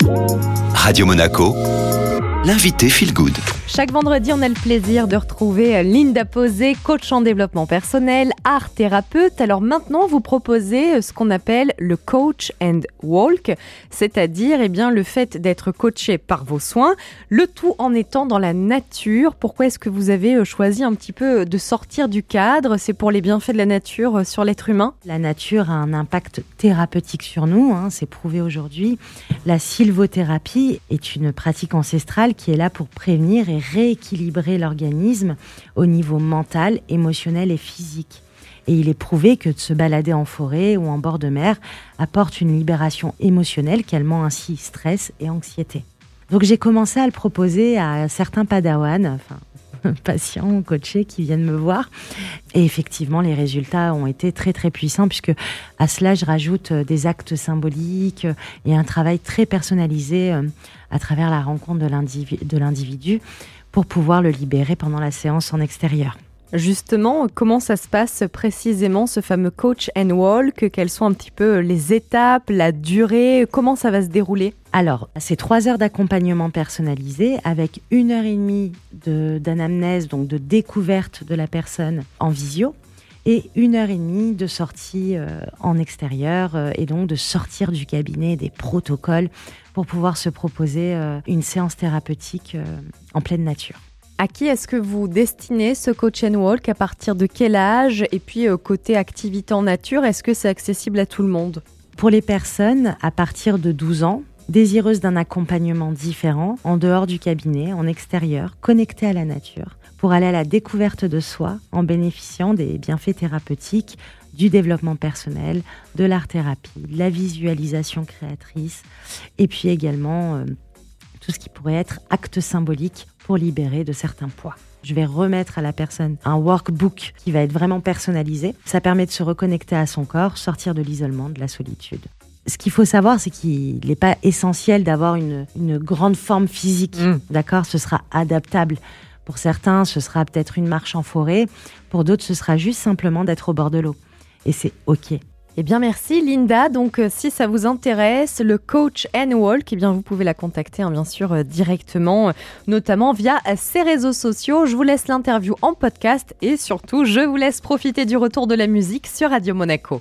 Radio Monaco, l'invité Feel Good. Chaque vendredi, on a le plaisir de retrouver Linda Posé, coach en développement personnel, art thérapeute. Alors maintenant, vous proposez ce qu'on appelle le coach and walk, c'est-à-dire le fait d'être coaché par vos soins, le tout en étant dans la nature. Pourquoi est-ce que vous avez choisi un petit peu de sortir du cadre ? C'est pour les bienfaits de la nature sur l'être humain ? La nature a un impact thérapeutique sur nous, c'est prouvé aujourd'hui. La sylvothérapie est une pratique ancestrale qui est là pour prévenir et rééquilibrer l'organisme au niveau mental, émotionnel et physique. Et il est prouvé que de se balader en forêt ou en bord de mer apporte une libération émotionnelle, calmant ainsi stress et anxiété. Donc j'ai commencé à le proposer à certains padawans, patients ou coachés qui viennent me voir. Et effectivement, les résultats ont été très très puissants puisque à cela, je rajoute des actes symboliques et un travail très personnalisé à travers la rencontre de l'individu pour pouvoir le libérer pendant la séance en extérieur. Justement, comment ça se passe précisément, ce fameux coach and walk ? Quelles sont un petit peu les étapes, la durée ? Comment ça va se dérouler ? Alors, c'est 3 heures d'accompagnement personnalisé avec 1h30 d'anamnèse, donc de découverte de la personne en visio, et 1h30 de sortie en extérieur, et donc de sortir du cabinet des protocoles pour pouvoir se proposer une séance thérapeutique en pleine nature. À qui est-ce que vous destinez ce coach and walk ? À partir de quel âge ? Et puis, côté activité en nature, est-ce que c'est accessible à tout le monde ? Pour les personnes à partir de 12 ans, désireuses d'un accompagnement différent, en dehors du cabinet, en extérieur, connectées à la nature, pour aller à la découverte de soi en bénéficiant des bienfaits thérapeutiques, du développement personnel, de l'art-thérapie, de la visualisation créatrice, et puis également tout ce qui pourrait être acte symbolique pour libérer de certains poids. Je vais remettre à la personne un workbook qui va être vraiment personnalisé. Ça permet de se reconnecter à son corps, sortir de l'isolement, de la solitude. Ce qu'il faut savoir, c'est qu'il n'est pas essentiel d'avoir une grande forme physique. D'accord ? Ce sera adaptable. Pour certains, ce sera peut-être une marche en forêt. Pour d'autres, ce sera juste simplement d'être au bord de l'eau. Et c'est OK. Eh bien, merci Linda. Donc, si ça vous intéresse, le coach and walk, vous pouvez la contacter, bien sûr, directement, notamment via ses réseaux sociaux. Je vous laisse l'interview en podcast et surtout, je vous laisse profiter du retour de la musique sur Radio Monaco.